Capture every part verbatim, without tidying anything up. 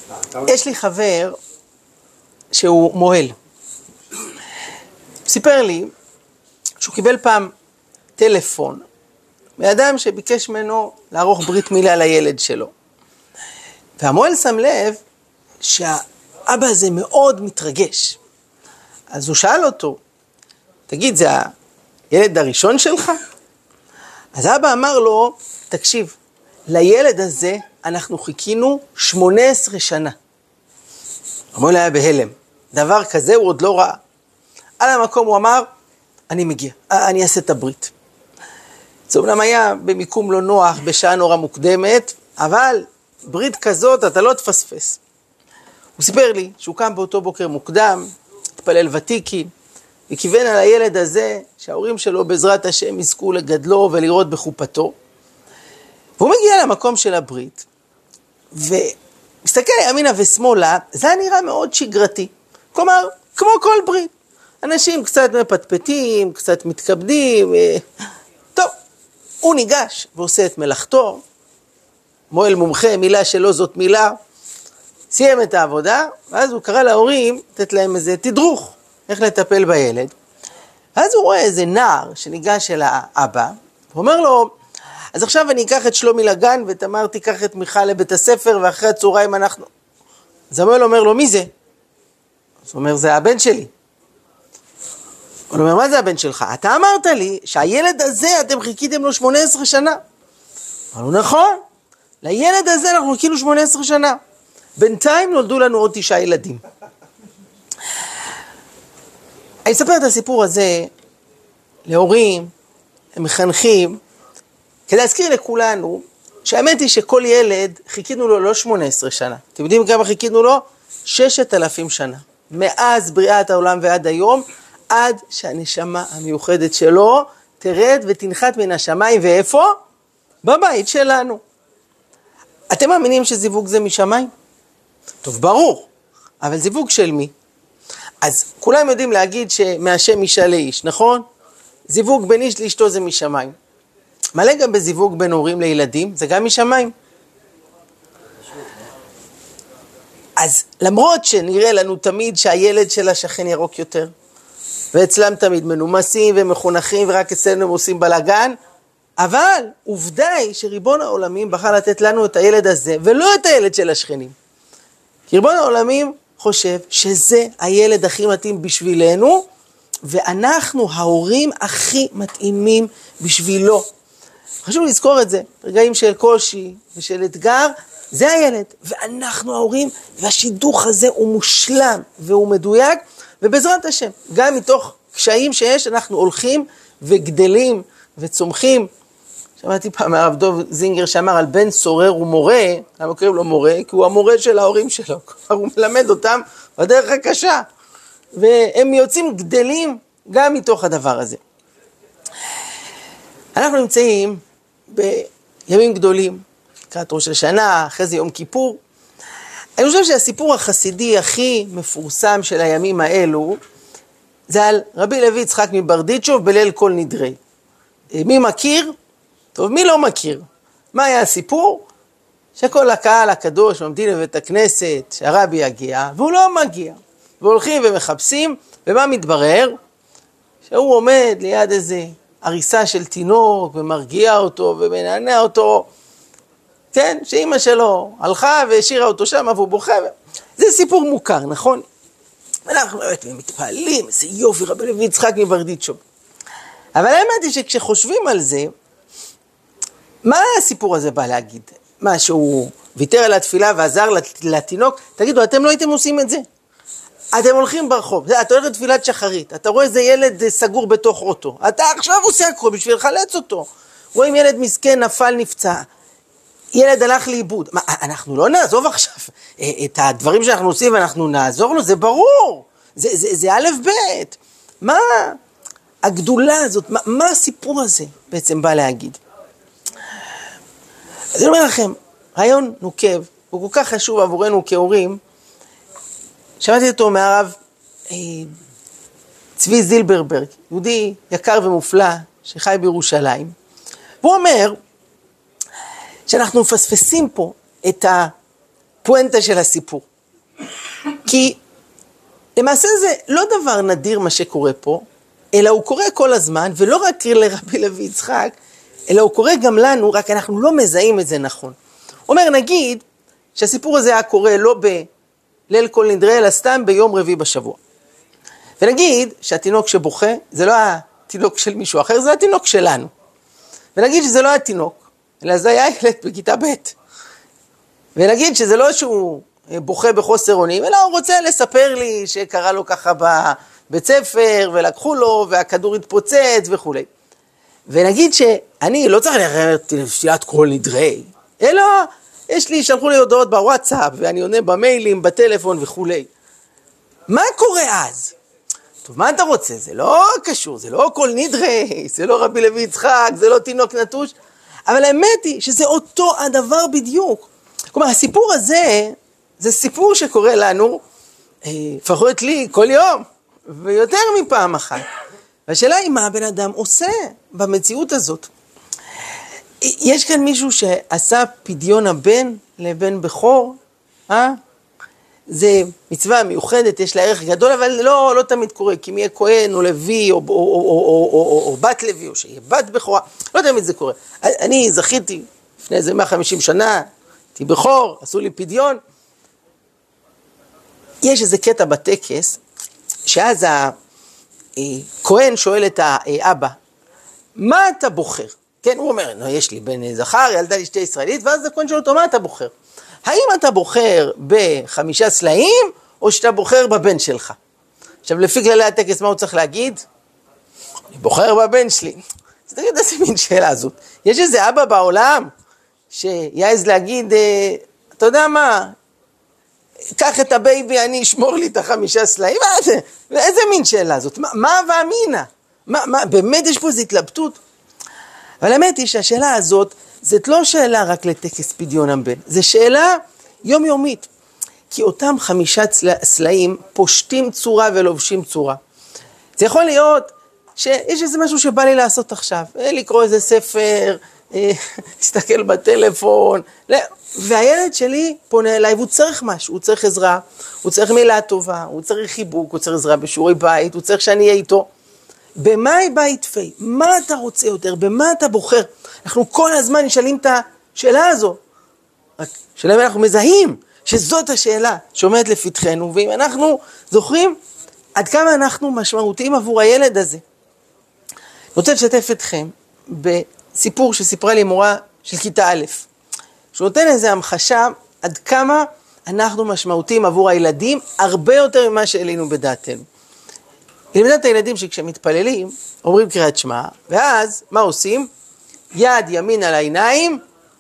יש לי חבר שהוא מוהל. סיפר לי שהוא קיבל פעם טלפון מאדם שביקש ממנו לערוך ברית מילה לילד שלו. והמוהל שם לב שהאבא הזה מאוד מתרגש. אז הוא שאל אותו, תגיד, זה הילד הראשון שלך? אז האבא אמר לו, תקשיב, לילד הזה אנחנו חיכינו שמונה עשרה שנה. המוהל היה בהלם, דבר כזה הוא עוד לא ראה. על המקום הוא אמר, אני מגיע, אני אעשה את הברית. זה אומנם היה במיקום לא נוח, בשעה נורא מוקדמת, אבל ברית כזאת אתה לא תפספס. הוא סיפר לי שהוא קם באותו בוקר מוקדם, התפלל ותיקין, וכיוון על הילד הזה, שההורים שלו בעזרת השם יזכו לגדלו ולראות בחופתו. והוא מגיע למקום של הברית, ומסתכל ימינה ושמאלה, זה היה נראה מאוד שגרתי. כלומר, כמו כל ברית. אנשים קצת מפטפטים, קצת מתכבדים. טוב, הוא ניגש ועושה את מלאכתו. מוהל מומחה, מילה שלו זאת מילה. סיים את העבודה, ואז הוא קרא להורים, לתת להם איזה תדרוך, איך לטפל בילד. ואז הוא רואה איזה נער שניגש אל האבא, ואומר לו, אז עכשיו אני אקח את שלומי לגן, ותמר תיקח את מיכל לבית הספר, ואחרי הצהריים אנחנו... אז המוהל אומר לו, מי זה? אז הוא אומר, זה הבן שלי. הוא אומר, מה זה הבן שלך? אתה אמרת לי שהילד הזה אתם חיכיתם לו שמונה עשרה שנה. אבל הוא נכון, לילד הזה אנחנו חיכינו שמונה עשרה שנה. בינתיים נולדו לנו עוד תשעה ילדים. אני אספר את הסיפור הזה להורים, למחנכים, כדי להזכיר לכולנו, שהאמת היא שכל ילד חיכינו לו לא שמונה עשרה שנה. אתם יודעים כמה חיכינו לו? ששת אלפים שנה. מאז בריאת העולם ועד היום, עד שהנשמה המיוחדת שלו תרד ותנחת מן השמיים, ואיפה? בבית שלנו. אתם מאמינים שזיווג זה משמיים? טוב, ברור. אבל זיווג של מי? אז כולם יודעים להגיד שמהשם אישה לאיש, נכון? זיווג בין איש לאשתו זה משמיים. מלא גם בזיווג בין הורים לילדים, זה גם משמיים. אז למרות שנראה לנו תמיד שהילד של השכן ירוק יותר, ואצלם תמיד מנומסים ומחונכים ורק אצלנו הם עושים בלגן, אבל עובדה היא שריבון העולמים בחר לתת לנו את הילד הזה, ולא את הילד של השכנים. כי ריבון העולמים חושב שזה הילד הכי מתאים בשבילנו, ואנחנו ההורים הכי מתאימים בשבילו. חשוב לזכור את זה, רגעים של קושי ושל אתגר, זה הילד, ואנחנו ההורים, והשידוך הזה הוא מושלם והוא מדויק, ובעזרת השם, גם מתוך קשיים שיש, אנחנו הולכים וגדלים וצומחים. שמעתי פעם מהרב דוב זינגר שאמר על בן סורר ומורה, למה קוראים לו מורה? כי הוא המורה של ההורים שלו, הוא מלמד אותם בדרך הקשה, והם יוצאים גדלים גם מתוך הדבר הזה. אנחנו נמצאים בימים גדולים, לקראת ראש השנה, אחרי זה יום כיפור. אני חושב שהסיפור החסידי הכי מפורסם של הימים האלו, זה על רבי לוי יצחק מברדיצ'וב בליל כל נדרי. מי מכיר? טוב, מי לא מכיר? מה היה הסיפור? שכל הקהל הקדוש ממתין לבית הכנסת, שהרבי יגיע, והוא לא מגיע. והולכים ומחפשים, ומה מתברר? שהוא עומד ליד איזה עריסה של תינוק, ומרגיע אותו, ומנענע אותו, כן, שאמא שלו הלכה והשאירה אותו שם, והוא בוכה. זה סיפור מוכר, נכון? אנחנו באמת מתפעלים, איזה יופי, רבי לוי יצחק מברדיצ'וב. אבל האמת היא שכשחושבים על זה, מה הסיפור הזה בא להגיד? מה, שהוא ויתר על התפילה ועזר לתינוק? תגידו, אתם לא הייתם עושים את זה? אתם הולכים ברחוב, אתה הולך לתפילת שחרית, אתה רואה איזה ילד סגור בתוך אוטו, אתה עכשיו עושה הכל בשביל לחלץ אותו. רואים ילד מסכן, נפל, נפצע, ילד הלך לאיבוד. מה, אנחנו לא נעזוב עכשיו את הדברים שאנחנו עושים ואנחנו נעזור לו? זה ברור, זה, זה, זה א' ב'. מה הגדולה הזאת, מה, מה הסיפור הזה בעצם בא להגיד? אז אני אומר לכם, רעיון נוקב, הוא כל כך חשוב עבורנו כהורים. שמעתי אותו מהרב אה, צבי זילברברג, יהודי יקר ומופלא שחי בירושלים. והוא אומר שאנחנו מפספסים פה את הפואנטה של הסיפור. כי למעשה זה לא דבר נדיר מה שקורה פה, אלא הוא קורה כל הזמן, ולא רק לרבי לוי יצחק, אלא הוא קורה גם לנו, רק אנחנו לא מזהים את זה נכון. אומר, נגיד שהסיפור הזה היה קורה לא בליל כל נדרי, אלא סתם ביום רביעי בשבוע. ונגיד שהתינוק שבוכה, זה לא התינוק של מישהו אחר, זה התינוק שלנו. ונגיד שזה לא התינוק, אלא זה היה ילד בכיתה ב'. ונגיד שזה לא שהוא בוכה בחוסר אונים, אלא הוא רוצה לספר לי שקרה לו ככה בבית ספר, ולקחו לו, והכדור התפוצץ וכו'. ונגיד שאני לא צריך לראות תפילת כל נדרי, אלא יש לי, שלחו לי הודעות בוואטסאפ, ואני עונה במיילים, בטלפון וכו'. מה קורה אז? טוב, מה אתה רוצה? זה לא קשור, זה לא כל נדרי, זה לא רבי לוי יצחק, זה לא תינוק נטוש, אבל האמת היא שזה אותו הדבר בדיוק. כלומר, הסיפור הזה, זה סיפור שקורה לנו, לפחות לי, כל יום, ויותר מפעם אחת. והשאלה היא מה הבן אדם עושה במציאות הזאת. יש כאן מישהו שעשה פדיון הבן לבן בכור, אה? זה מצווה מיוחדת, יש לה ערך גדול, אבל לא, לא תמיד קורה, כי מי יהיה כהן או לוי או, או, או, או, או, או, או בת לוי, או שיהיה בת בכורה, לא תמיד זה קורה. אני זכיתי לפני איזה מאה וחמישים שנה, הייתי בכור, עשו לי פדיון. יש איזה קטע בטקס, שאז הכהן שואל את האבא, מה אתה בוחר? כן, הוא אומר, no, יש לי בן זכר, ילדה לי שתי ישראלית, ואז הכהן שואל אותו, מה אתה בוחר? האם אתה בוחר בחמישה סלעים, או שאתה בוחר בבן שלך? עכשיו, לפי כללי הטקס, מה הוא צריך להגיד? אני בוחר בבן שלי. אז תגיד, איזה מין שאלה הזאת. יש איזה אבא בעולם, שיעז להגיד, אתה יודע מה, קח את הבייבי, אני אשמור לי את החמישה סלעים, איזה מין שאלה זאת? מה, מה ואמינה? מה, מה, באמת יש פה איזו התלבטות? אבל האמת היא שהשאלה הזאת, זאת לא שאלה רק לטקס פדיון הבן, זו שאלה יומיומית. כי אותם חמישה סלעים פושטים צורה ולובשים צורה. זה יכול להיות שיש איזה משהו שבא לי לעשות עכשיו, לקרוא איזה ספר, להסתכל בטלפון, והילד שלי פונה אליי, והוא צריך משהו, הוא צריך עזרה, הוא צריך מילה טובה, הוא צריך חיבוק, הוא צריך עזרה בשיעורי בית, הוא צריך שאני אהיה איתו. במה בית פי? מה אתה רוצה יותר? במה אתה בוחר? אנחנו כל הזמן נשאלים את השאלה הזו. רק שאלה אם אנחנו מזהים שזאת השאלה שעומדת לפתחנו, ואם אנחנו זוכרים עד כמה אנחנו משמעותיים עבור הילד הזה. אני רוצה לשתף אתכם בסיפור שסיפרה לי מורה של כיתה א', שנותן איזו המחשה עד כמה אנחנו משמעותיים עבור הילדים, הרבה יותר ממה שעלינו בדעתנו. היא לימדה את הילדים שכשהם מתפללים, אומרים קריאת שמע, ואז מה עושים? יד ימין על העיניים,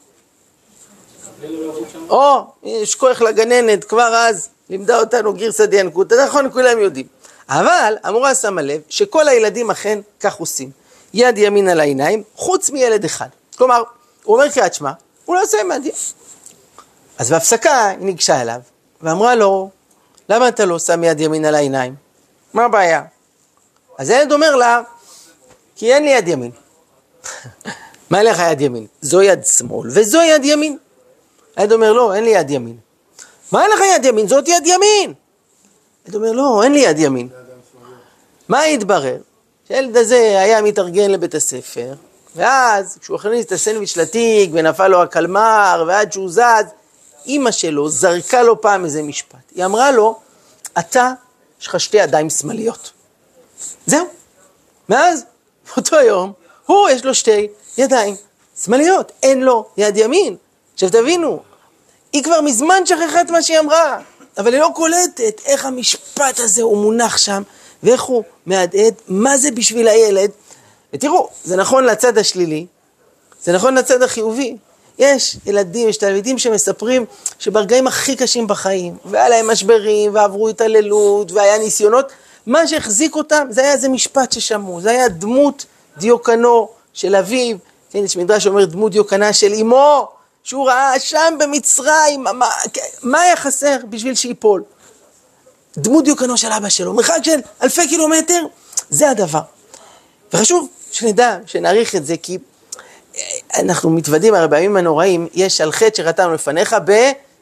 או, יש כוח לגננת, כבר אז לימדה אותנו גרסא דינקותא, נכון, כולם יודעים. אבל המורה שמה לב שכל הילדים אכן כך עושים. יד ימין על העיניים, חוץ מילד אחד. כלומר, הוא אומר קריאת שמע, הוא לא עושה מדהים. אז בהפסקה היא ניגשה אליו, ואמרה לו, למה אתה לא שם יד ימין על העיניים? מה הבעיה? אז הילד אומר לה, כי אין לי יד ימין. מה לך יד ימין? זו יד שמאל וזו יד ימין. הילד אומר, לא, אין לי יד ימין. מה לך יד ימין? זאת יד ימין. הילד אומר, לא, אין לי יד ימין. מה התברר? שהילד הזה היה מתארגן לבית הספר, ואז כשהוא הכניס את הסנדוויץ' לתיק ונפל לו הקלמר, ועד שהוא זז, אמא שלו זרקה לו פעם איזה משפט. היא אמרה לו, אתה יש לך שתי ידיים שמאליות. זהו. מאז, באותו יום, הוא יש לו שתי ידיים שמאליות. אין לו יד ימין. עכשיו תבינו, היא כבר מזמן שכחה את מה שהיא אמרה, אבל היא לא קולטת איך המשפט הזה הוא מונח שם, ואיך הוא מהדהד, מה זה בשביל הילד. ותראו, זה נכון לצד השלילי, זה נכון לצד החיובי. יש ילדים, יש תלמידים שמספרים שברגעים הכי קשים בחיים, והיה להם משברים, ועברו התעללות, והיה ניסיונות, מה שהחזיק אותם, זה היה איזה משפט ששמעו, זה היה דמות דיוקנו של אביו, כן, יש מדרש שאומר דמות דיוקנה של אמו, שהוא ראה שם במצרים, מה, מה היה חסר בשביל שיפול? דמות דיוקנו של אבא שלו, מרחק של אלפי קילומטר, זה הדבר. וחשוב שנדע, שנעריך את זה, כי אנחנו מתוודים, הרי בימים הנוראים, יש על חטא שחטאנו לפניך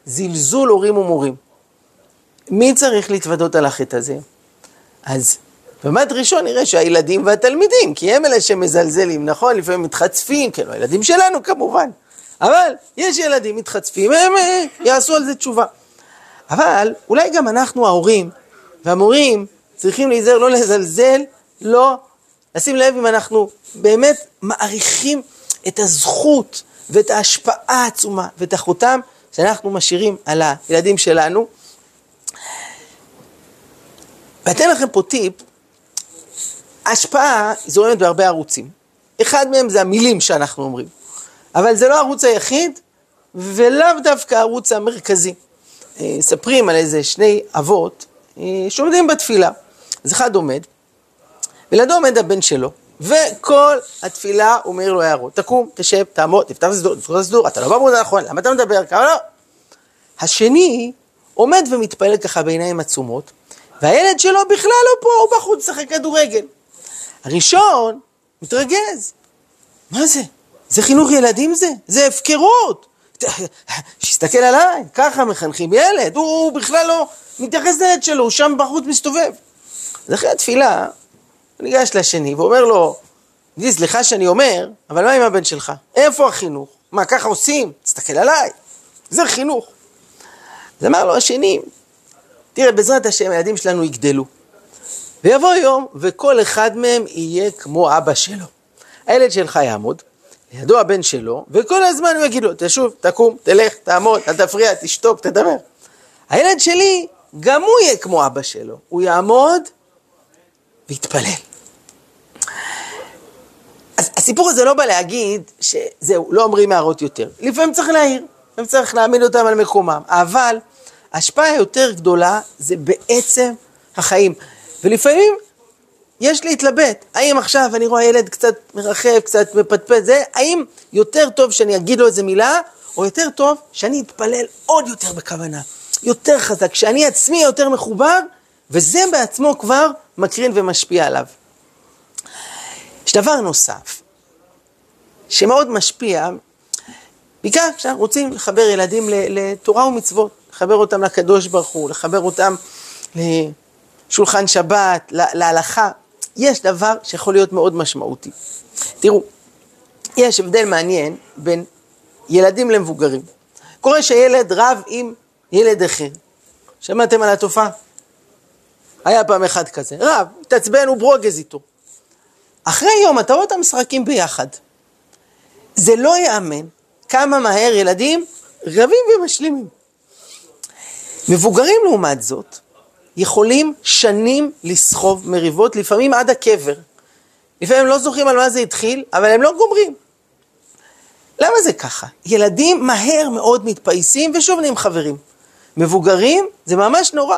זלזול הורים ומורים. מי צריך להתוודות על החטא הזה? אז במד ראשון נראה שהילדים והתלמידים, כי הם אלה שמזלזלים, נכון? לפעמים מתחצפים, כן, הילדים שלנו כמובן. אבל יש ילדים מתחצפים, הם יעשו על זה תשובה. אבל אולי גם אנחנו ההורים והמורים צריכים להיזהר לא לזלזל, לא לשים לב אם אנחנו באמת מעריכים את הזכות ואת ההשפעה העצומה ואת החותם שאנחנו משאירים על הילדים שלנו. ואתן לכם פה טיפ, ההשפעה זורמת בהרבה ערוצים. אחד מהם זה המילים שאנחנו אומרים, אבל זה לא הערוץ היחיד ולאו דווקא הערוץ המרכזי. ספרים על איזה שני אבות שעומדים בתפילה. אז אחד עומד, ולידו עומד הבן שלו, וכל התפילה הוא מעיר לו הערות. תקום, תשב, תעמוד, תפתח לסדור, תפתח לסדור, אתה לא בעמוד הנכון, למה אתה מדבר? כמה לא? השני עומד ומתפלל ככה בעיניים עצומות, והילד שלו בכלל לא פה, הוא בחוץ לשחק כדורגל. הראשון מתרגז. מה זה? זה חינוך ילדים זה? זה הפקרות. שיסתכל עליי, ככה מחנכים ילד, הוא בכלל לא מתייחס לילד שלו, הוא שם בחוץ מסתובב. אז אחרי התפילה, הוא ניגש לשני ואומר לו, די, סליחה שאני אומר, אבל מה עם הבן שלך? איפה החינוך? מה, ככה עושים? תסתכל עליי. זה חינוך. אז אמר לו השני, תראה, בעזרת השם, הילדים שלנו יגדלו. ויבוא יום, וכל אחד מהם יהיה כמו אבא שלו. הילד שלך יעמוד, לידו הבן שלו, וכל הזמן הוא יגיד לו, תשוב, תקום, תלך, תעמוד, אל תפריע, תשתוק, תדבר. הילד שלי, גם הוא יהיה כמו אבא שלו. הוא יעמוד ויתפלל. אז הסיפור הזה לא בא להגיד שזהו, לא אומרים הערות יותר. לפעמים צריך להעיר, לפעמים צריך להעמיד אותם על מקומם. אבל ההשפעה היותר גדולה זה בעצם החיים. ולפעמים יש להתלבט. האם עכשיו אני רואה ילד קצת מרחב, קצת מפטפט, זה, האם יותר טוב שאני אגיד לו איזה מילה, או יותר טוב שאני אתפלל עוד יותר בכוונה, יותר חזק, שאני עצמי יותר מחובר, וזה בעצמו כבר מקרין ומשפיע עליו. יש דבר נוסף, שמאוד משפיע, בעיקר כשאנחנו רוצים לחבר ילדים לתורה ומצוות, לחבר אותם לקדוש ברוך הוא, לחבר אותם לשולחן שבת, להלכה, יש דבר שיכול להיות מאוד משמעותי. תראו, יש הבדל מעניין בין ילדים למבוגרים. קורה שילד רב עם ילד אחר. שמעתם על התופעה? היה פעם אחד כזה, רב, תצבן וברוגז איתו. אחרי יום אתה רואה אותם משחקים ביחד. זה לא יאמן כמה מהר ילדים רבים ומשלימים. מבוגרים לעומת זאת, יכולים שנים לסחוב מריבות, לפעמים עד הקבר. לפעמים הם לא זוכרים על מה זה התחיל, אבל הם לא גומרים. למה זה ככה? ילדים מהר מאוד מתפייסים ושוב נהיים חברים. מבוגרים זה ממש נורא.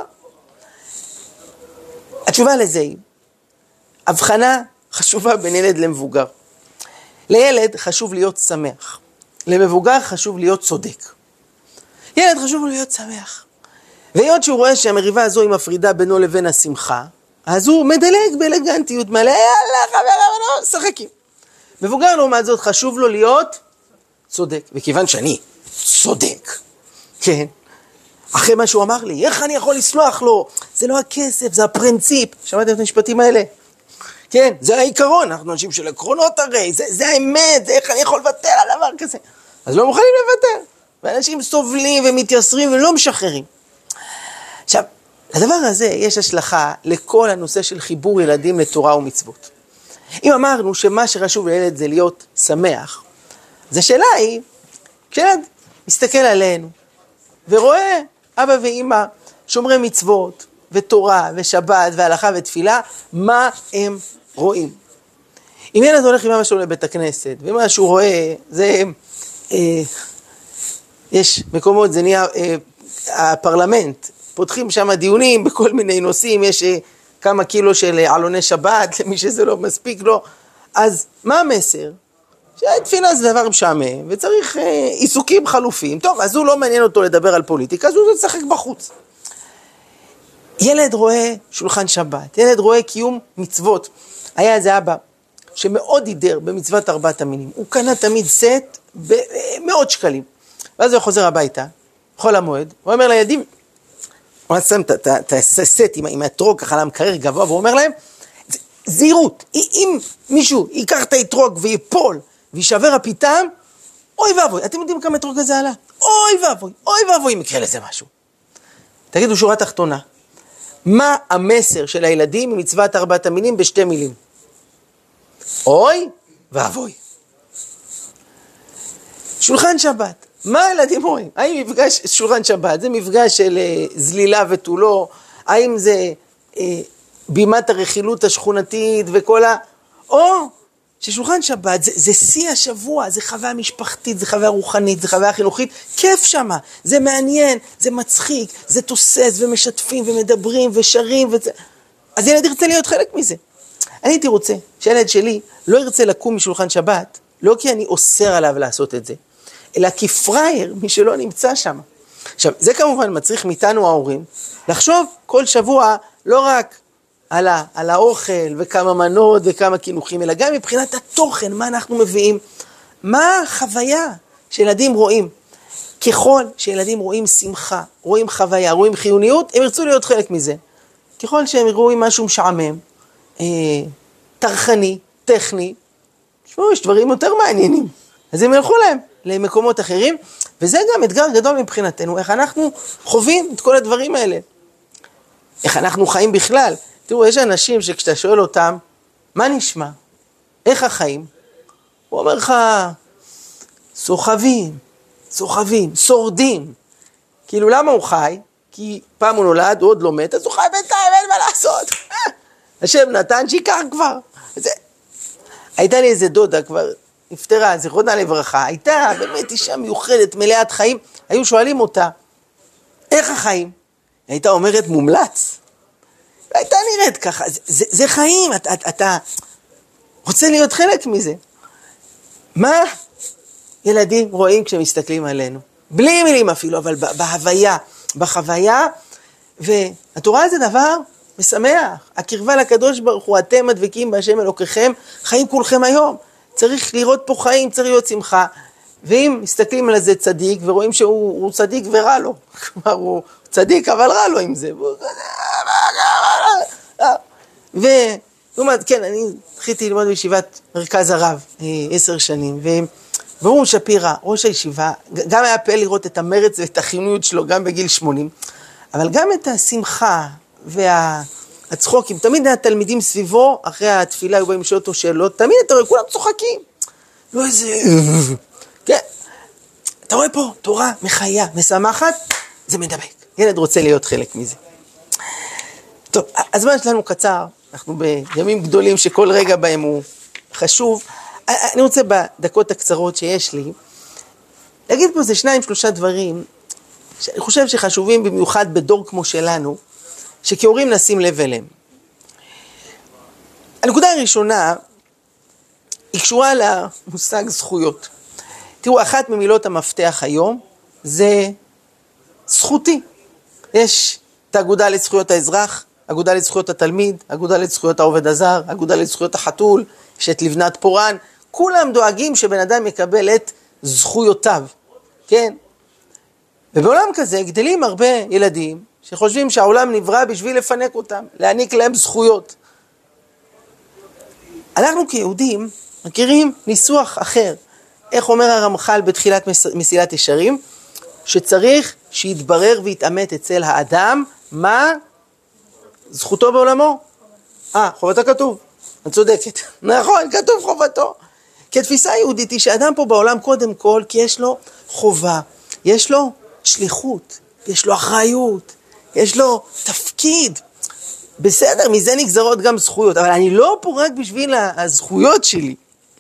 התשובה לזה היא, הבחנה חשובה בין ילד למבוגר. לילד חשוב להיות שמח. למבוגר חשוב להיות צודק. ילד חשוב להיות שמח. והיות שהוא רואה שהמריבה הזו היא מפרידה בינו לבין השמחה, אז הוא מדלג באלגנטיות מלא, יאללה חבר, שחקים. מבוגר לעומת זאת חשוב לו להיות צודק. וכיוון שאני צודק, כן, אחרי מה שהוא אמר לי, איך אני יכול לסלוח לו? זה לא הכסף, זה הפרינציפ. שמעתם את המשפטים האלה? כן, זה העיקרון, אנחנו אנשים של עקרונות הרי, זה, זה האמת, זה איך אני יכול לוותר על דבר כזה. אז לא מוכנים לוותר. ואנשים סובלים ומתייסרים ולא משחררים. עכשיו, לדבר הזה יש השלכה לכל הנושא של חיבור ילדים לתורה ומצוות. אם אמרנו שמה שחשוב לילד זה להיות שמח, אז השאלה היא, כשילד מסתכל עלינו ורואה אבא ואמא שומרי מצוות ותורה ושבת והלכה ותפילה, מה הם רואים? אם ילד הולך עם אבא שלו לבית הכנסת, ומה שהוא רואה זה, אה, יש מקומות, זה נהיה אה, הפרלמנט, פותחים שם דיונים בכל מיני נושאים, יש אה, כמה קילו של עלוני שבת, למי שזה לא מספיק לו, אז מה המסר? שהתפילה זה דבר משעמם, וצריך אה, עיסוקים חלופיים. טוב, אז הוא לא מעניין אותו לדבר על פוליטיקה, אז הוא ישחק בחוץ. ילד רואה שולחן שבת, ילד רואה קיום מצוות. היה איזה אבא שמאוד הידר במצוות ארבעת המינים. הוא קנה תמיד סט במאות שקלים. ואז הוא חוזר הביתה, חול המועד, הוא אומר לילדים, הוא שם את הסט עם האתרוג ככה למקרר גבוה, והוא אומר להם, זהירות, אם מישהו ייקח את האתרוג ויפול וישבר הפיתם, אוי ואבוי, אתם יודעים כמה אתרוג הזה עלה? אוי ואבוי, אוי ואבוי אם יקרה לזה משהו. תגידו שורה תחתונה, מה המסר של הילדים ממצוות ארבעת המינים בשתי מילים? אוי ואבוי. שולחן שבת, מה הילדים רואים? האם מפגש שולחן שבת זה מפגש של אה, זלילה ותולו? האם זה אה, בימת הרכילות השכונתית וכל ה... או ששולחן שבת זה, זה שיא השבוע, זה חוויה משפחתית, זה חוויה רוחנית, זה חוויה חינוכית, כיף שמה, זה מעניין, זה מצחיק, זה תוסס ומשתפים ומדברים ושרים וזה... אז ילד ירצה להיות חלק מזה. אני הייתי רוצה שהילד שלי לא ירצה לקום משולחן שבת, לא כי אני אוסר עליו לעשות את זה, אלא כפרייר מי שלא נמצא שם. עכשיו, זה כמובן מצריך מאיתנו ההורים, לחשוב כל שבוע לא רק על, ה, על האוכל וכמה מנות וכמה כינוכים, אלא גם מבחינת התוכן, מה אנחנו מביאים, מה החוויה שילדים רואים. ככל שילדים רואים שמחה, רואים חוויה, רואים חיוניות, הם ירצו להיות חלק מזה. ככל שהם רואים משהו משעמם, אה, תרחני, טכני, שמו, יש דברים יותר מעניינים. אז הם ילכו להם למקומות אחרים, וזה גם אתגר גדול מבחינתנו, איך אנחנו חווים את כל הדברים האלה. איך אנחנו חיים בכלל. תראו, יש אנשים שכשאתה שואל אותם, מה נשמע? איך החיים? הוא אומר לך, סוחבים, סוחבים, שורדים. כאילו, למה הוא חי? כי פעם הוא נולד, הוא עוד לא מת, אז הוא חי בינתיים, אין מה לעשות. השם נתן שיקח כבר. זה... הייתה לי איזה דודה כבר, נפטרה, זיכרונה לברכה, הייתה באמת אישה מיוחדת, מלאת חיים. היו שואלים אותה, איך החיים? היא הייתה אומרת מומלץ. הייתה נראית ככה, זה, זה, זה חיים, אתה, אתה, אתה רוצה להיות חלק מזה. מה ילדים רואים כשמסתכלים עלינו? בלי מילים אפילו, אבל בהוויה, בחוויה, והתורה זה דבר משמח. הקרבה לקדוש ברוך הוא, אתם הדבקים בהשם אלוקיכם, חיים כולכם היום. צריך לראות פה חיים, צריך להיות שמחה. ואם מסתכלים על זה צדיק, ורואים שהוא צדיק ורע לו, כלומר הוא צדיק אבל רע לו עם זה, והוא אומר, כן, אני התחלתי ללמוד בישיבת מרכז הרב עשר שנים, והוא שפירא, ראש הישיבה, גם היה פעל לראות את המרץ ואת החיוניות שלו, גם בגיל שמונים, אבל גם את השמחה והצחוקים, תמיד התלמידים סביבו, אחרי התפילה היו באים לשאול אותו שאלות, תמיד אתה רואה, כולם צוחקים, לא איזה... כן, אתה רואה פה תורה מחיה, משמחת, זה מדבק. ילד רוצה להיות חלק מזה. טוב, הזמן שלנו קצר, אנחנו בימים גדולים שכל רגע בהם הוא חשוב. אני רוצה בדקות הקצרות שיש לי, להגיד פה זה שניים, שלושה דברים, שאני חושב שחשובים במיוחד בדור כמו שלנו, שכהורים נשים לב אליהם. הנקודה הראשונה, היא קשורה למושג זכויות. תראו, אחת ממילות המפתח היום, זה זכותי. יש את האגודה לזכויות האזרח, אגודה לזכויות התלמיד, אגודה לזכויות העובד הזר, אגודה לזכויות החתול, יש את לבנת פורן, כולם דואגים שבן אדם יקבל את זכויותיו, כן? ובעולם כזה גדלים הרבה ילדים שחושבים שהעולם נברא בשביל לפנק אותם, להעניק להם זכויות. אנחנו כיהודים מכירים ניסוח אחר, איך אומר הרמח"ל בתחילת מסילת ישרים? שצריך שיתברר ויתאמת אצל האדם מה זכותו בעולמו. אה, חובתה כתוב, את צודקת. נכון, כתוב חובתו. כי התפיסה היהודית היא שאדם פה בעולם קודם כל, כי יש לו חובה, יש לו שליחות, יש לו אחריות, יש לו תפקיד. בסדר, מזה נגזרות גם זכויות, אבל אני לא פה רק בשביל הזכויות שלי.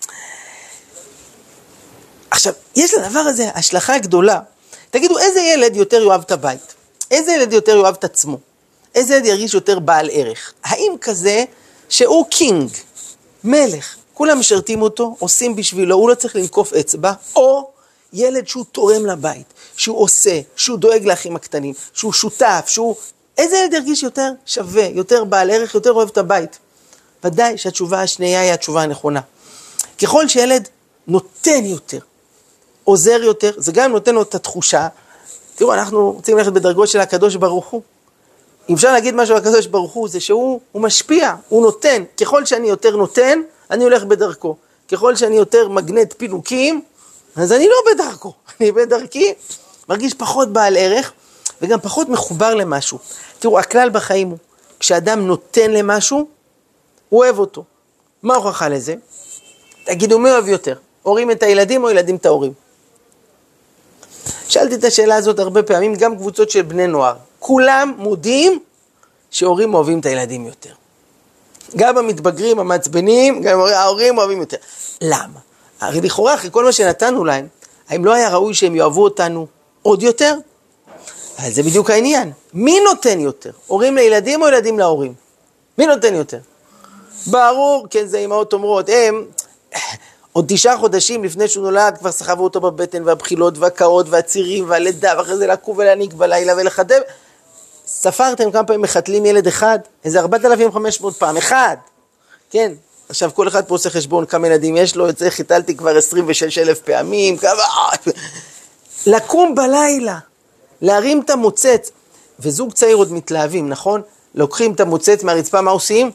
עכשיו, יש לדבר הזה השלכה גדולה. תגידו, איזה ילד יותר יאהב את הבית? איזה ילד יותר יאהב את עצמו? איזה ילד ירגיש יותר בעל ערך? האם כזה שהוא קינג, מלך, כולם משרתים אותו, עושים בשבילו, הוא לא צריך לנקוף אצבע, או ילד שהוא תורם לבית, שהוא עושה, שהוא דואג לאחים הקטנים, שהוא שותף, שהוא... איזה ילד ירגיש יותר שווה, יותר בעל ערך, יותר אוהב את הבית? ודאי שהתשובה השנייה היא התשובה הנכונה. ככל שילד נותן יותר, עוזר יותר, זה גם נותן לו את התחושה תראו, אנחנו רוצים ללכת בדרגות של הקדוש ברוך הוא. אם אפשר להגיד משהו על הקדוש ברוך הוא, זה שהוא הוא משפיע, הוא נותן. ככל שאני יותר נותן, אני הולך בדרכו. ככל שאני יותר מגנט פינוקים, אז אני לא בדרכו. אני בדרכי, מרגיש פחות בעל ערך, וגם פחות מחובר למשהו. תראו, הכלל בחיים הוא, כשאדם נותן למשהו, הוא אוהב אותו. מה הוכחה לזה? תגידו, מי אוהב יותר? הורים את הילדים או ילדים את ההורים? שאלתי את השאלה הזאת הרבה פעמים, גם קבוצות של בני נוער. כולם מודים שהורים אוהבים את הילדים יותר. גם המתבגרים, המעצבנים, גם ההורים אוהבים יותר. למה? הרי לכאורה, אחרי כל מה שנתנו להם, האם לא היה ראוי שהם יאהבו אותנו עוד יותר? אז זה בדיוק העניין. מי נותן יותר? הורים לילדים או ילדים להורים? מי נותן יותר? ברור, כן, זה אמהות אומרות, הם עוד תשעה חודשים לפני שהוא נולד, כבר סחבו אותו בבטן, והבחילות, והקאות, והצירים, והלידה, ואחרי זה לקום ולהניק בלילה ולחדב. ספרתם כמה פעמים מחתלים ילד אחד? איזה ארבעת אלפים וחמש מאות פעם, אחד. כן, עכשיו כל אחד פה עושה חשבון כמה ילדים יש לו, את זה חיתלתי כבר עשרים ושש אלף פעמים, כמה... לקום בלילה, להרים את המוצץ, וזוג צעיר עוד מתלהבים, נכון? לוקחים את המוצץ מהרצפה, מה עושים?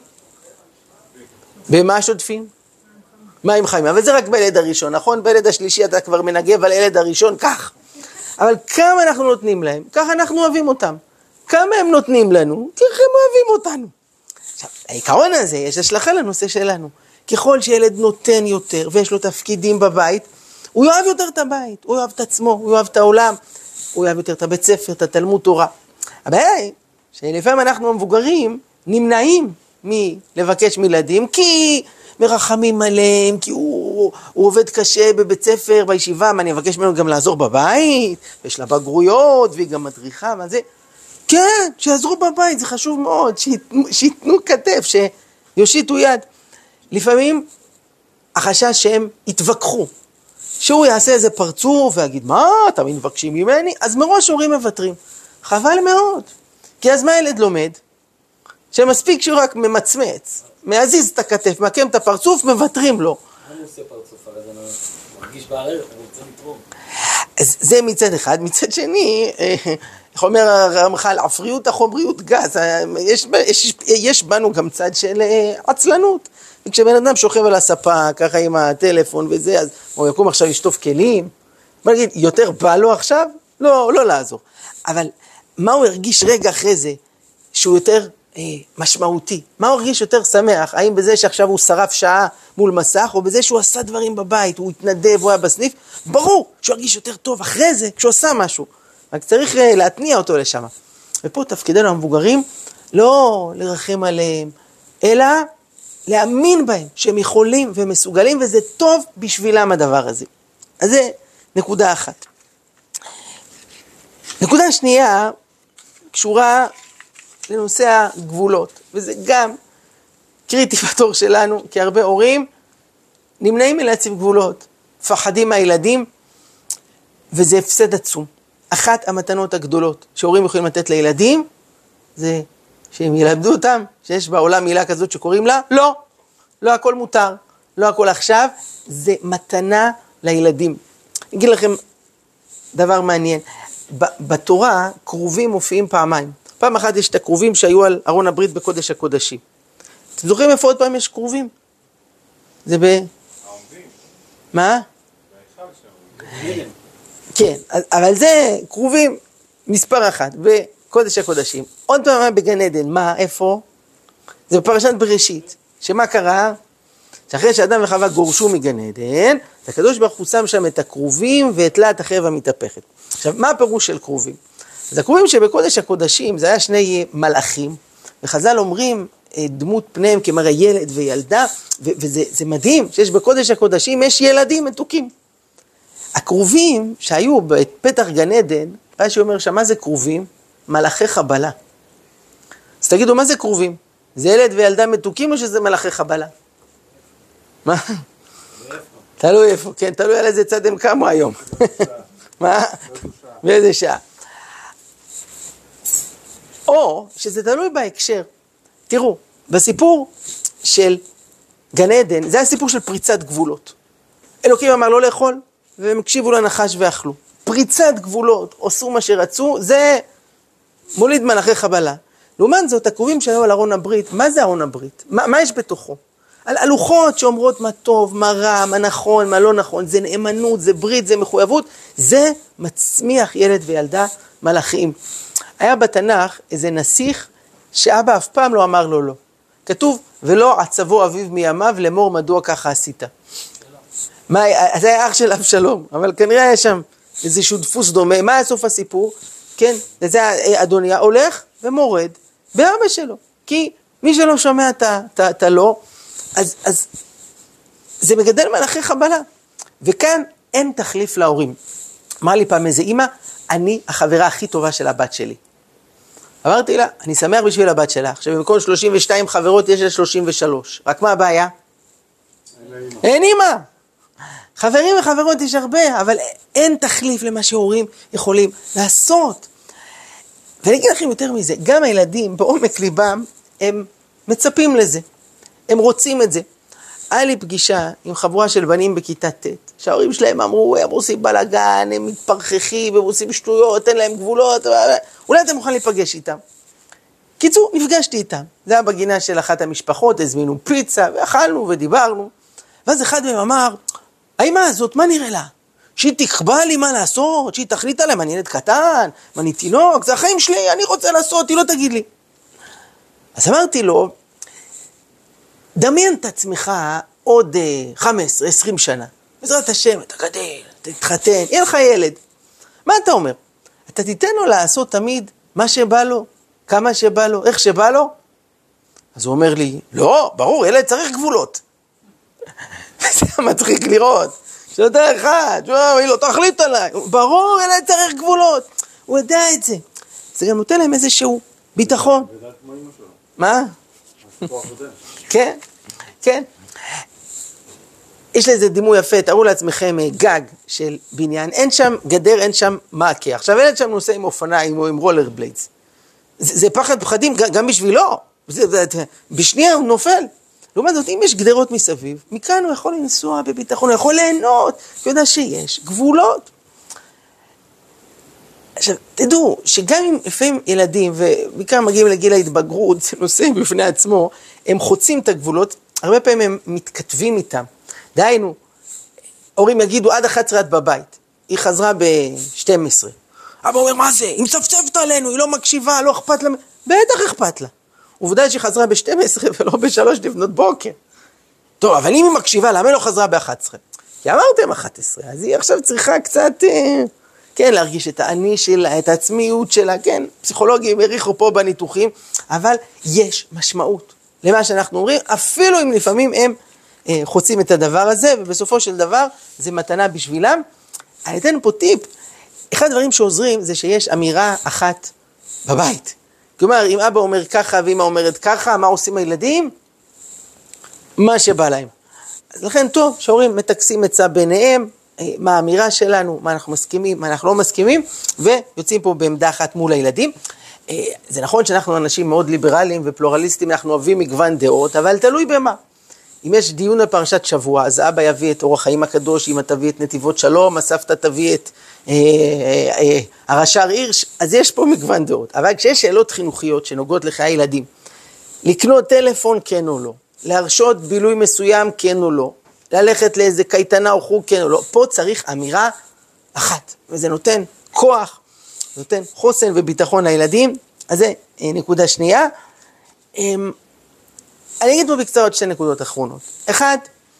במה שוטפים? מים חיים, אבל זה רק בילד הראשון, נכון? בילד השלישי אתה כבר מנגב על ילד הראשון, כך. אבל כמה אנחנו נותנים להם, ככה אנחנו אוהבים אותם. כמה הם נותנים לנו, ככה הם אוהבים אותנו. עכשיו, העיקרון הזה יש השלכה לנושא שלנו. ככל שילד נותן יותר ויש לו תפקידים בבית, הוא יאהב יותר את הבית, הוא יאהב את עצמו, הוא יאהב את העולם, הוא יאהב יותר את הבית ספר, את התלמוד תורה. הבעיה היא שלפעמים אנחנו המבוגרים נמנעים מלבקש מילדים, כי מרחמים עליהם, כי הוא, הוא עובד קשה בבית ספר, בישיבה, מה אני אבקש ממנו גם לעזור בבית, ויש לה בגרויות, והיא גם מדריכה, מה זה? כן, שיעזרו בבית, זה חשוב מאוד, שיתנו, שיתנו כתף, שיושיטו יד. לפעמים החשש שהם יתווכחו, שהוא יעשה איזה פרצוף ויגיד, מה, אתה מבקשים ממני? אז מראש הורים מבטרים. חבל מאוד, כי אז מה ילד לומד? שמספיק שהוא רק ממצמץ, מעזיז את הכתף, מקם את הפרצוף, מבטרים לו. מה הוא עושה פרצוף? הרי זה מרגיש בערך, הוא רוצה לתרום. אז זה מצד אחד, מצד שני, איך אומר הרמח"ל, עפריות החומריות גז, יש, יש, יש בנו גם צד של עצלנות. וכשבן אדם שוכב על הספה, ככה עם הטלפון וזה, אז הוא יקום עכשיו לשטוף כלים, מה נגיד, יותר בא לו עכשיו? לא, לא לעזור. אבל מה הוא הרגיש רגע אחרי זה, שהוא יותר אה, משמעותי? מה הוא הרגיש יותר שמח? האם בזה שעכשיו הוא שרף שעה מול מסך, או בזה שהוא עשה דברים בבית, הוא התנדב, הוא היה בסניף? ברור שהוא הרגיש יותר טוב אחרי זה, כשהוא עשה משהו. רק צריך אה, להתניע אותו לשם. ופה תפקידנו המבוגרים, לא לרחם עליהם, אלא להאמין בהם שהם יכולים ומסוגלים, וזה טוב בשבילם הדבר הזה. אז זה נקודה אחת. נקודה שנייה קשורה לנושא הגבולות, וזה גם קריטי בתור שלנו, כי הרבה הורים נמנעים מלהציב גבולות, פחדים מהילדים, וזה הפסד עצום. אחת המתנות הגדולות שהורים יכולים לתת לילדים, זה שהם ילמדו אותם, שיש בעולם מילה כזאת שקוראים לה, לא, לא הכל מותר, לא הכל עכשיו, זה מתנה לילדים. אני אגיד לכם דבר מעניין, בתורה קרובים מופיעים פעמיים. פעם אחת יש את הקרובים שהיו על ארון הברית בקודש הקודשים. אתם זוכרים איפה עוד פעם יש קרובים? זה ב... העומדים. מה? כן, אבל זה קרובים מספר אחת, בקודש הקודשים. עוד פעם בגן עדן, מה, איפה? זה בפרשת בראשית. שמה קרה? שאחרי שאדם וחווה גורשו מגן עדן, הקדוש ברוך הוא שם שם את הקרובים ואת תלת החרב המתהפכת. עכשיו, מה הפירוש של קרובים? אז הקרובים שבקודש הקודשים, זה היה שני מלאכים, וחז"ל אומרים דמות פניהם כמראה ילד וילדה, ו- וזה זה מדהים שיש בקודש הקודשים, יש ילדים מתוקים. הקרובים שהיו בפתח גן עדן, רש"י אומר שמה זה קרובים? מלאכי חבלה. אז תגידו, מה זה קרובים? זה ילד וילדה מתוקים או שזה מלאכי חבלה? מה? תלוי איפה, כן, תלוי על איזה צד הם קמו היום. מה? באיזה שעה. או שזה תלוי בהקשר. תראו, בסיפור של גן עדן, זה היה סיפור של פריצת גבולות. אלוקים אמר לא לאכול, והם הקשיבו לנחש ואכלו. פריצת גבולות, עשו מה שרצו, זה מוליד מלאכי חבלה. לעומת זאת, הכרובים שהיו על ארון הברית, מה זה ארון הברית? מה, מה יש בתוכו? על הלוחות שאומרות מה טוב, מה רע, מה נכון, מה לא נכון, זה נאמנות, זה ברית, זה מחויבות, זה מצמיח ילד וילדה מלאכים. היה בתנ"ך איזה נסיך שאבא אף פעם לא אמר לו לא. כתוב, ולא עצבו אביו מימיו לאמור מדוע ככה עשית. מה, זה היה אח של אבשלום, אבל כנראה היה שם איזשהו דפוס דומה. מה היה סוף הסיפור? כן, זה אדוניה הולך ומורד באבא שלו. כי מי שלא שומע את הלא, אז, אז זה מגדל מלאכי חבלה. וכאן אין תחליף להורים. אמר לי פעם איזה אמא, אני החברה הכי טובה של הבת שלי. אמרתי לה, אני שמח בשביל הבת שלה. עכשיו, במקום שלושים ושתיים חברות יש לה שלושים ושלוש. רק מה הבעיה? אין אמא. חברים וחברות יש הרבה, אבל אין תחליף למה שהורים יכולים לעשות. ואני אגיד לכם יותר מזה, גם הילדים בעומק ליבם, הם מצפים לזה. הם רוצים את זה. היה לי פגישה עם חבורה של בנים בכיתה ט', שההורים שלהם אמרו, הם עושים בלגן, הם מתפרחכים, הם עושים שטויות, אין להם גבולות, אולי אתם מוכנים להיפגש איתם. קיצור, נפגשתי איתם. זה היה בגינה של אחת המשפחות, הזמינו פיצה, ואכלנו ודיברנו. ואז אחד מהם אמר, האמא הזאת, מה נראה לה? שהיא תקבע לי מה לעשות, שהיא תחליט עליהם, אני ילד קטן, אני תינוק, זה החיים שלי, אני רוצה לעשות, היא לא תגיד לי. אז אמרתי לו, דמיין את עצמך עוד חמש עשרה עשרים שנה. בעזרת השם, אתה גדל, אתה תתחתן, יהיה לך ילד. מה אתה אומר? אתה תיתן לו לעשות תמיד מה שבא לו, כמה שבא לו, איך שבא לו? אז הוא אומר לי, לא, ברור, ילד צריך גבולות. זה מצחיק לראות. שאתה אחד, היא לא תחליט עליי. ברור, ילד צריך גבולות. הוא יודע את זה. זה גם נותן להם איזשהו ביטחון. מה? כן, כן. יש לזה דימוי יפה, תראו לעצמכם גג של בניין, אין שם גדר, אין שם מעקה. עכשיו ילד שם נוסע עם אופניים או עם רולר בליידס. זה, זה פחד פחדים גם בשבילו. זה, זה, בשנייה הוא נופל. לעומת זאת, אם יש גדרות מסביב, מכאן הוא יכול לנסוע בביטחון, הוא יכול ליהנות, הוא יודע שיש גבולות. עכשיו, תדעו שגם אם לפעמים ילדים, ומכאן מגיעים לגיל ההתבגרות, זה נושא בפני עצמו, הם חוצים את הגבולות, הרבה פעמים הם מתכתבים איתם. דהיינו, הורים יגידו, עד אחת עשרה את בבית, היא חזרה ב-שתים עשרה. אבא אומר, מה זה? היא מצפצפת עלינו, היא לא מקשיבה, לא אכפת לה. בטח אכפת לה. עובדה שהיא חזרה ב-שתים עשרה ולא ב-שלוש לפנות בוקר. טוב, אבל אם היא מקשיבה, למה היא לא חזרה ב-אחת עשרה? כי אמרתם אחת עשרה, אז היא עכשיו צריכה קצת, כן, להרגיש את העני שלה, את העצמיות שלה, כן, פסיכולוגים הריחו פה בניתוחים, אבל יש משמעות למה שאנחנו אומרים, אפילו אם לפעמים הם אה, חוצים את הדבר הזה, ובסופו של דבר זה מתנה בשבילם. אני אתן פה טיפ, אחד הדברים שעוזרים זה שיש אמירה אחת בבית. כלומר, אם אבא אומר ככה ואמא אומרת ככה, מה עושים הילדים? מה שבא להם. אז לכן טוב, שהורים מתקסים עצה ביניהם, מה האמירה שלנו, מה אנחנו מסכימים, מה אנחנו לא מסכימים, ויוצאים פה בעמדה אחת מול הילדים. זה נכון שאנחנו אנשים מאוד ליברליים ופלורליסטים, אנחנו אוהבים מגוון דעות, אבל תלוי במה. אם יש דיון על פרשת שבוע, אז אבא יביא את אורח חיים הקדוש, אמא תביא את נתיבות שלום, הסבתא תביא את אה, אה, אה, הרש"ר הירש, אז יש פה מגוון דעות. אבל כשיש שאלות חינוכיות שנוגעות לחיי ילדים, לקנות טלפון כן או לא, להרשות בילוי מסוים כן או לא, ללכת לאיזה קייטנה או חוג כן או לא, פה צריך אמירה אחת, וזה נותן כוח, נותן חוסן וביטחון לילדים. אז זה נקודה שנייה. אני אגיד פה בקצרה עוד שתי נקודות אחרונות. אחד,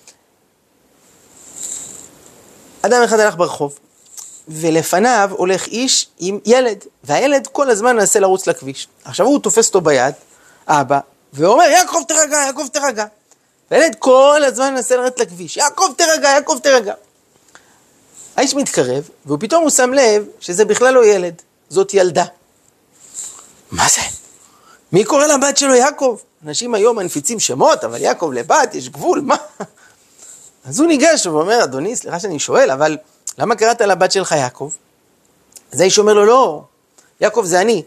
אדם אחד הלך ברחוב, ולפניו הולך איש עם ילד, והילד כל הזמן מנסה לרוץ לכביש. עכשיו הוא תופס אותו ביד, אבא, ואומר, יעקב תרגע, יעקב תרגע. והילד כל הזמן מנסה לרדת לכביש, יעקב תרגע, יעקב תרגע. האיש מתקרב, ופתאום הוא שם לב שזה בכלל לא ילד, זאת ילדה. מה זה? מי קורא לבת שלו יעקב? אנשים היום מנפיצים שמות, אבל יעקב לבת, יש גבול, מה? אז הוא ניגש ואומר, אדוני, סליחה שאני שואל, אבל למה קראת לבת שלך יעקב? אז האיש אומר לו, לא, יעקב זה אני.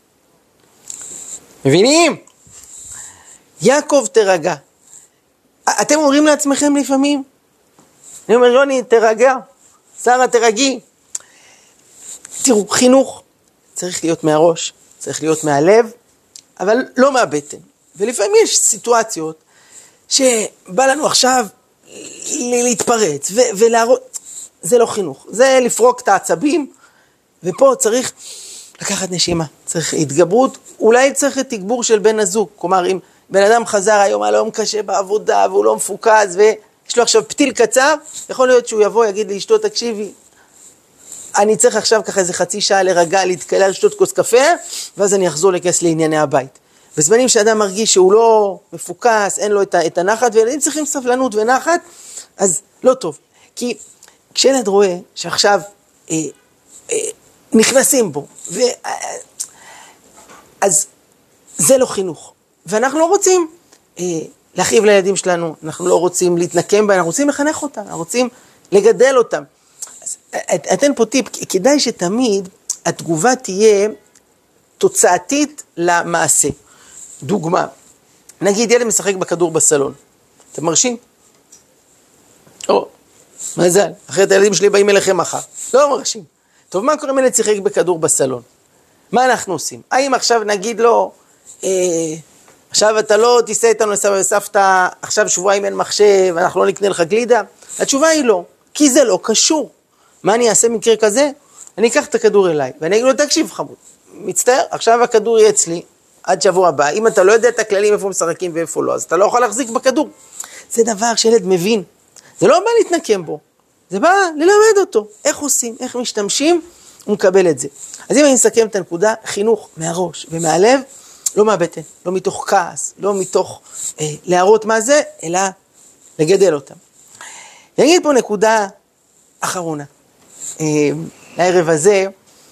מבינים? יעקב תרגע. אתם אומרים לעצמכם לפעמים? אני אומר, יוני, תרגע, שרה תרגי. תראו, חינוך צריך להיות מהראש, צריך להיות מהלב, אבל לא מהבטן. ולפעמים יש סיטואציות שבא לנו עכשיו להתפרץ ו- ולהראות, זה לא חינוך, זה לפרוק את העצבים, ופה צריך לקחת נשימה, צריך התגברות, אולי צריך את תגבור של בן הזוג, כלומר אם בן אדם חזר היום על היום קשה בעבודה והוא לא מפוקס ויש לו עכשיו פתיל קצר, יכול להיות שהוא יבוא יגיד לאשתו, תקשיבי, אני צריך עכשיו ככה איזה חצי שעה לרגע, להתקלה, לשתות כוס קפה, ואז אני אחזור לכנס לענייני הבית. בזמנים שאדם מרגיש שהוא לא מפוקס, אין לו את הנחת, וילדים צריכים סבלנות ונחת, אז לא טוב. כי כשילד רואה שעכשיו אה, אה, נכנסים בו, ו... אז זה לא חינוך. ואנחנו לא רוצים אה, להכאיב לילדים שלנו, אנחנו לא רוצים להתנקם בהם, אנחנו רוצים לחנך אותם, אנחנו רוצים לגדל אותם. אז אתן פה טיפ, כדאי שתמיד התגובה תהיה תוצאתית למעשה. דוגמה, נגיד ילד משחק בכדור בסלון, אתם מרשים? או, מזל, אחרת הילדים שלי באים אליכם מחר, לא מרשים. טוב, מה קורה אם ילד שיחק בכדור בסלון? מה אנחנו עושים? האם עכשיו נגיד לו, אה, עכשיו אתה לא תיסע איתנו לסבא וסבתא, עכשיו שבועיים אין מחשב, אנחנו לא נקנה לך גלידה? התשובה היא לא, כי זה לא קשור. מה אני אעשה במקרה כזה? אני אקח את הכדור אליי, ואני אגיד לו, תקשיב חמוד, מצטער, עכשיו הכדור יהיה אצלי, עד שבוע הבא, אם אתה לא יודע את הכללים איפה משחקים ואיפה לא, אז אתה לא יכול להחזיק בכדור. זה דבר שילד מבין, זה לא בא להתנקם בו, זה בא ללמד אותו, איך עושים, איך משתמשים, הוא מקבל את זה. אז אם אני אסכם את הנקודה, חינוך מהראש ומהלב, לא מהבטן, לא מתוך כעס, לא מתוך אה, להראות מה זה, אלא לגדל אותם. ואני אגיד פה נקודה אחרונה, אה, לערב הזה,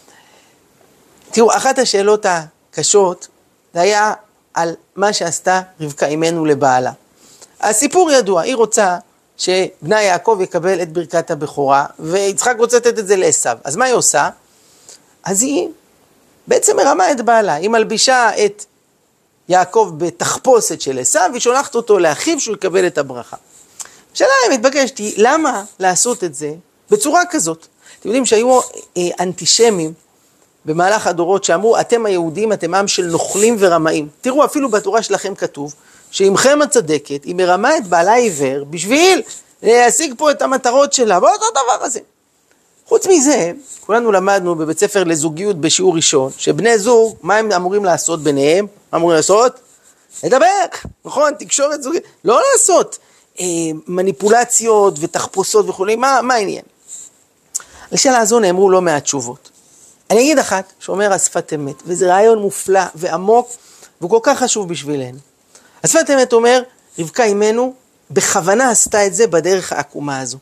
תראו, אחת השאלות הקשות, זה היה על מה שעשתה רבקה אימנו לבעלה. הסיפור ידוע, היא רוצה שבנה יעקב יקבל את ברכת הבכורה, ויצחק רוצה לתת את זה לעשיו. אז מה היא עושה? אז היא בעצם מרמה את בעלה, היא מלבישה את יעקב בתחפושת של עשיו, והיא שולחת אותו לאחיו שהוא יקבל את הברכה. השאלה המתבקשת היא, למה לעשות את זה בצורה כזאת? אתם יודעים שהיו אה, אנטישמים, במהלך הדורות שאמרו, אתם היהודים, אתם עם של נוכלים ורמאים. תראו, אפילו בתורה שלכם כתוב, שאימכם הצדקת, היא מרמה את בעלה עיוור, בשביל להשיג פה את המטרות שלה, ואותו דבר הזה. חוץ מזה, כולנו למדנו בבית ספר לזוגיות בשיעור ראשון, שבני זוג, מה הם אמורים לעשות ביניהם? מה אמורים לעשות? לדבר, נכון? תקשורת זוגית. לא לעשות אה, מניפולציות ותחפושות וכו'. מה, מה העניין? לשאלה הזו נאמרו לא מעט תשובות. אני אגיד אחת שאומר השפת אמת, וזה רעיון מופלא ועמוק, והוא כל כך חשוב בשבילנו. השפת אמת אומר, רבקה אימנו בכוונה עשתה את זה בדרך העקומה הזו.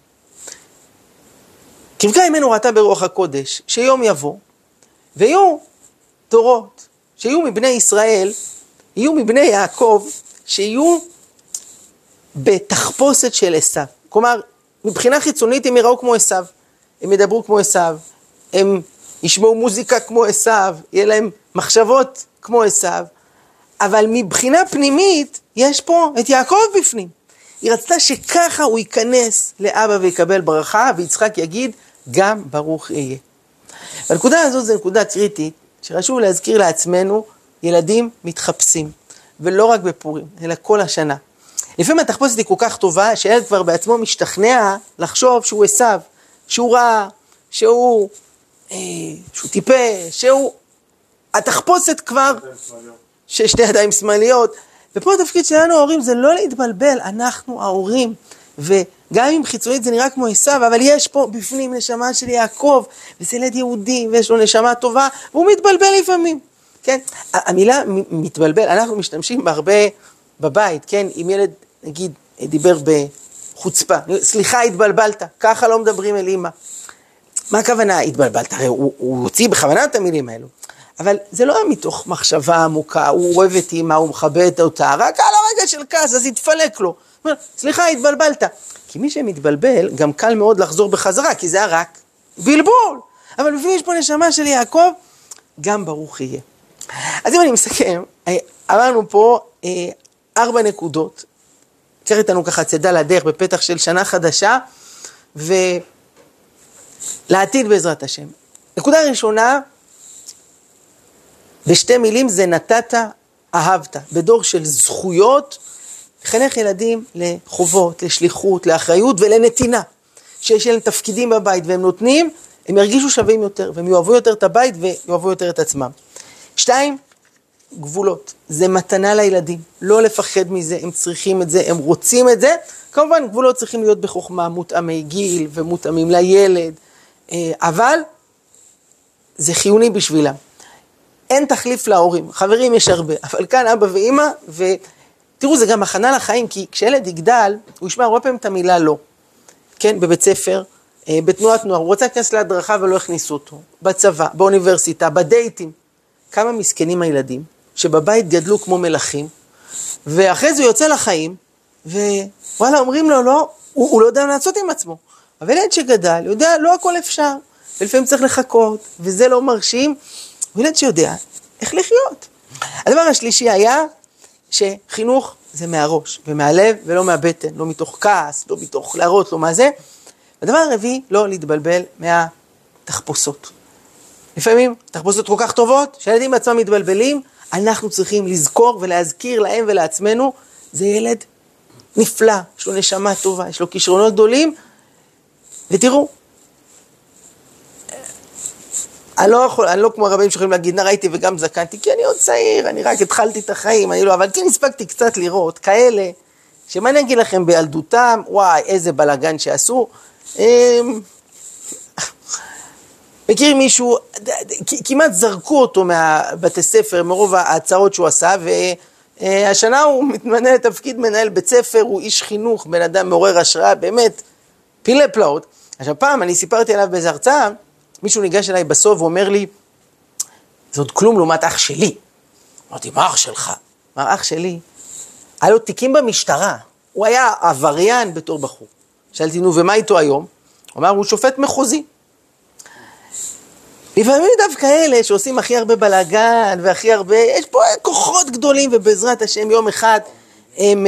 רבקה אימנו ראתה ברוח הקודש, שיום יבוא, ויהיו דורות, שיהיו מבני ישראל, יהיו מבני יעקב, שיהיו בתחפושת של עשיו. כלומר, מבחינה חיצונית הם יראו כמו עשיו, הם ידברו כמו עשיו, הם ישמעו מוזיקה כמו עשיו, יהיה להם מחשבות כמו עשיו, אבל מבחינה פנימית יש פה את יעקב בפנים. היא רצתה שככה הוא ייכנס לאבא ויקבל ברכה, ויצחק יגיד, גם ברוך יהיה. והנקודה הזאת זו נקודה קריטית, שחשוב להזכיר לעצמנו, ילדים מתחפשים, ולא רק בפורים, אלא כל השנה. לפעמים התחפושת היא כל כך טובה, שהילד כבר בעצמו משתכנע לחשוב שהוא עשיו, שהוא רע, שהוא, אה, שהוא טיפש, שהוא, התחפושת כבר, ששתי ידיים שמאליות, ופה התפקיד שלנו ההורים זה לא להתבלבל, אנחנו ההורים, וגם אם חיצונית זה נראה כמו עשיו, אבל יש פה בפנים נשמה של יעקב, וזה ילד יהודי, ויש לו נשמה טובה, והוא מתבלבל לפעמים, כן? המילה מתבלבל, אנחנו משתמשים בהרבה בבית, כן? אם ילד, נגיד, דיבר בחוצפה, סליחה, התבלבלת, ככה לא מדברים אל אמא. מה הכוונה התבלבלת? הרי הוא, הוא הוציא בכוונה את המילים האלו. אבל זה לא מתוך מחשבה עמוקה, הוא אוהב את אמא, הוא מכבד אותה, רק על הרגע של כעס, אז יתפלק לו. סליחה, התבלבלת. כי מי שמתבלבל, גם קל מאוד לחזור בחזרה, כי זה היה רק בלבול. אבל לפני יש פה נשמה של יעקב, גם ברוך יהיה. אז אם אני מסכם, אמרנו פה אה, ארבע נקודות, צריך איתנו ככה צדה לדרך בפתח של שנה חדשה, ולעתיד בעזרת השם. נקודה ראשונה, בשתי מילים זה נתת, אהבת. בדור של זכויות, לחנך ילדים לחובות, לשליחות, לאחריות ולנתינה. שיש להם תפקידים בבית והם נותנים, הם ירגישו שווים יותר, והם יאהבו יותר את הבית ויאהבו יותר את עצמם. שתיים, גבולות. זה מתנה לילדים. לא לפחד מזה, הם צריכים את זה, הם רוצים את זה. כמובן, גבולות צריכים להיות בחוכמה, מותאמי גיל ומותאמים לילד, אבל זה חיוני בשבילם. אין תחליף להורים. חברים יש הרבה, אבל כאן אבא ואמא, ותראו, זה גם הכנה לחיים, כי כשילד יגדל, הוא ישמע הרבה פעמים את המילה לא. כן, בבית ספר, בתנועת נוער, הוא רוצה להכנס להדרכה ולא הכניסו אותו. בצבא, באוניברסיטה, בדייטים. כמה מסכנים הילדים, שבבית גדלו כמו מלכים, ואחרי זה הוא יוצא לחיים, ווואלה, אומרים לו, לא, הוא, הוא לא יודע לעשות עם עצמו. אבל ילד שגדל, יודע, לא הכל אפשר, ולפעמים צריך לחכות, וזה לא מרשים, הוא ילד שיודע איך לחיות. הדבר השלישי היה, שחינוך זה מהראש, ומהלב, ולא מהבטן, לא מתוך כעס, לא מתוך להראות, לא מה זה. הדבר הרביעי, לא להתבלבל מהתחפושות. לפעמים, תחפושות כל כך טובות, שהילדים בעצמם מתבלבלים, אנחנו צריכים לזכור ולהזכיר להם ולעצמנו, זה ילד נפלא, יש לו נשמה טובה, יש לו כישרונות גדולים, ותראו, אני לא יכול, אני לא כמו הרבים שיכולים להגיד, נראיתי וגם זקנתי, כי אני עוד צעיר, אני רק התחלתי את החיים, אני לא, אבל כן הספקתי קצת לראות, כאלה, שמה אני אגיד לכם בילדותם, וואי, איזה בלגן שעשו, מכיר מישהו, כמעט זרקו אותו מהבתי ספר, מרוב ההצעות שהוא עשה, והשנה הוא מתמנה לתפקיד מנהל בית ספר, הוא איש חינוך, בן אדם מעורר השראה, באמת, פילי פלאות. עכשיו פעם, אני סיפרתי עליו באיזו הרצאה, מישהו ניגש אליי בסוף ואומר לי, זה עוד כלום לעומת אח שלי. אמרתי, מה אח שלך? מה אח שלי? היה לו תיקים במשטרה, הוא היה עבריין בתור בחור. שאלתי, נו, ומה איתו היום? הוא אמר, הוא שופט מחוזי. לפעמים דווקא אלה שעושים הכי הרבה בלגן והכי הרבה, יש פה כוחות גדולים ובעזרת השם יום אחד הם,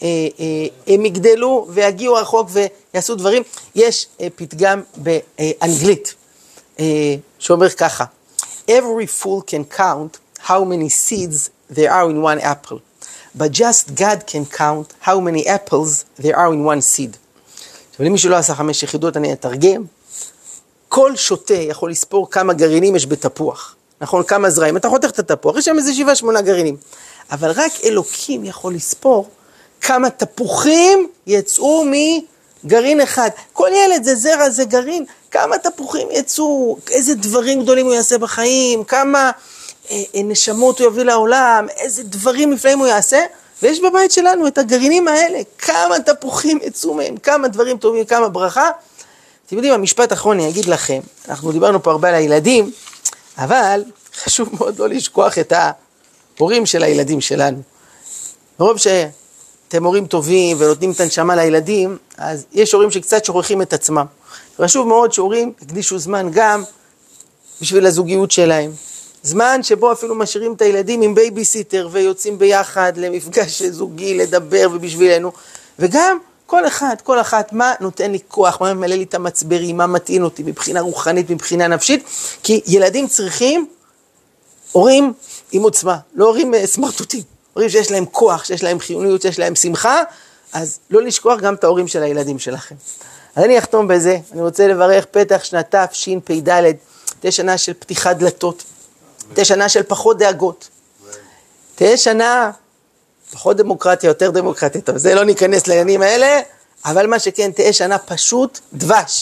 הם יגדלו ויגיעו רחוק ויעשו דברים. יש פתגם באנגלית שאומר ככה, Every fool can count how many seeds there are in one apple, but just God can count how many apples there are in one seed. עכשיו, למי שלא עשה חמש יחידות אני אתרגם, כל שוטה יכול לספור כמה גרעינים יש בתפוח, נכון? כמה זרעים, אתה חותך את התפוח, יש שם איזה שבעה שמונה גרעינים, אבל רק אלוקים יכול לספור כמה תפוחים יצאו מגרעין אחד. כל ילד זה זרע, זה גרעין, כמה תפוחים יצאו, איזה דברים גדולים הוא יעשה בחיים, כמה אה, נשמות הוא יביא לעולם, איזה דברים נפלאים הוא יעשה, ויש בבית שלנו את הגרעינים האלה, כמה תפוחים יצאו מהם, כמה דברים טובים, כמה ברכה. אתם יודעים, המשפט האחרון אני אגיד לכם, אנחנו דיברנו פה הרבה על הילדים, אבל חשוב מאוד לא לשכוח את ההורים של הילדים שלנו. מרוב שאתם הורים טובים ונותנים את הנשמה לילדים, אז יש הורים שקצת שוכחים את עצמם. חשוב מאוד שהורים יקדישו זמן גם בשביל הזוגיות שלהם. זמן שבו אפילו משאירים את הילדים עם בייביסיטר ויוצאים ביחד למפגש זוגי, לדבר ובשבילנו. וגם כל אחד, כל אחת, מה נותן לי כוח, מה ממלא לי את המצברים, מה מתאים אותי מבחינה רוחנית, מבחינה נפשית, כי ילדים צריכים הורים עם עוצמה, לא הורים סמרטוטים, הורים שיש להם כוח, שיש להם חיוניות, שיש להם שמחה, אז לא לשכוח גם את ההורים של הילדים שלכם. אז אני אחתום בזה, אני רוצה לברך פתח שנת תשפ"ד, תהיה שנה של פתיחת דלתות, תהיה שנה של פחות דאגות, תהיה שנה פחות דמוקרטיה, יותר דמוקרטיה, טוב, זה לא ניכנס לעניינים האלה, אבל מה שכן, תהיה שנה פשוט דבש.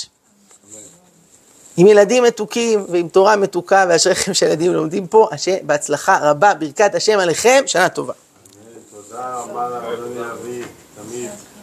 עם ילדים מתוקים ועם תורה מתוקה, ואשריכם שילדים לומדים פה, השם בהצלחה רבה, ברכת השם עליכם, שנה טובה. תודה רבה לאדוני אבי, תמיד.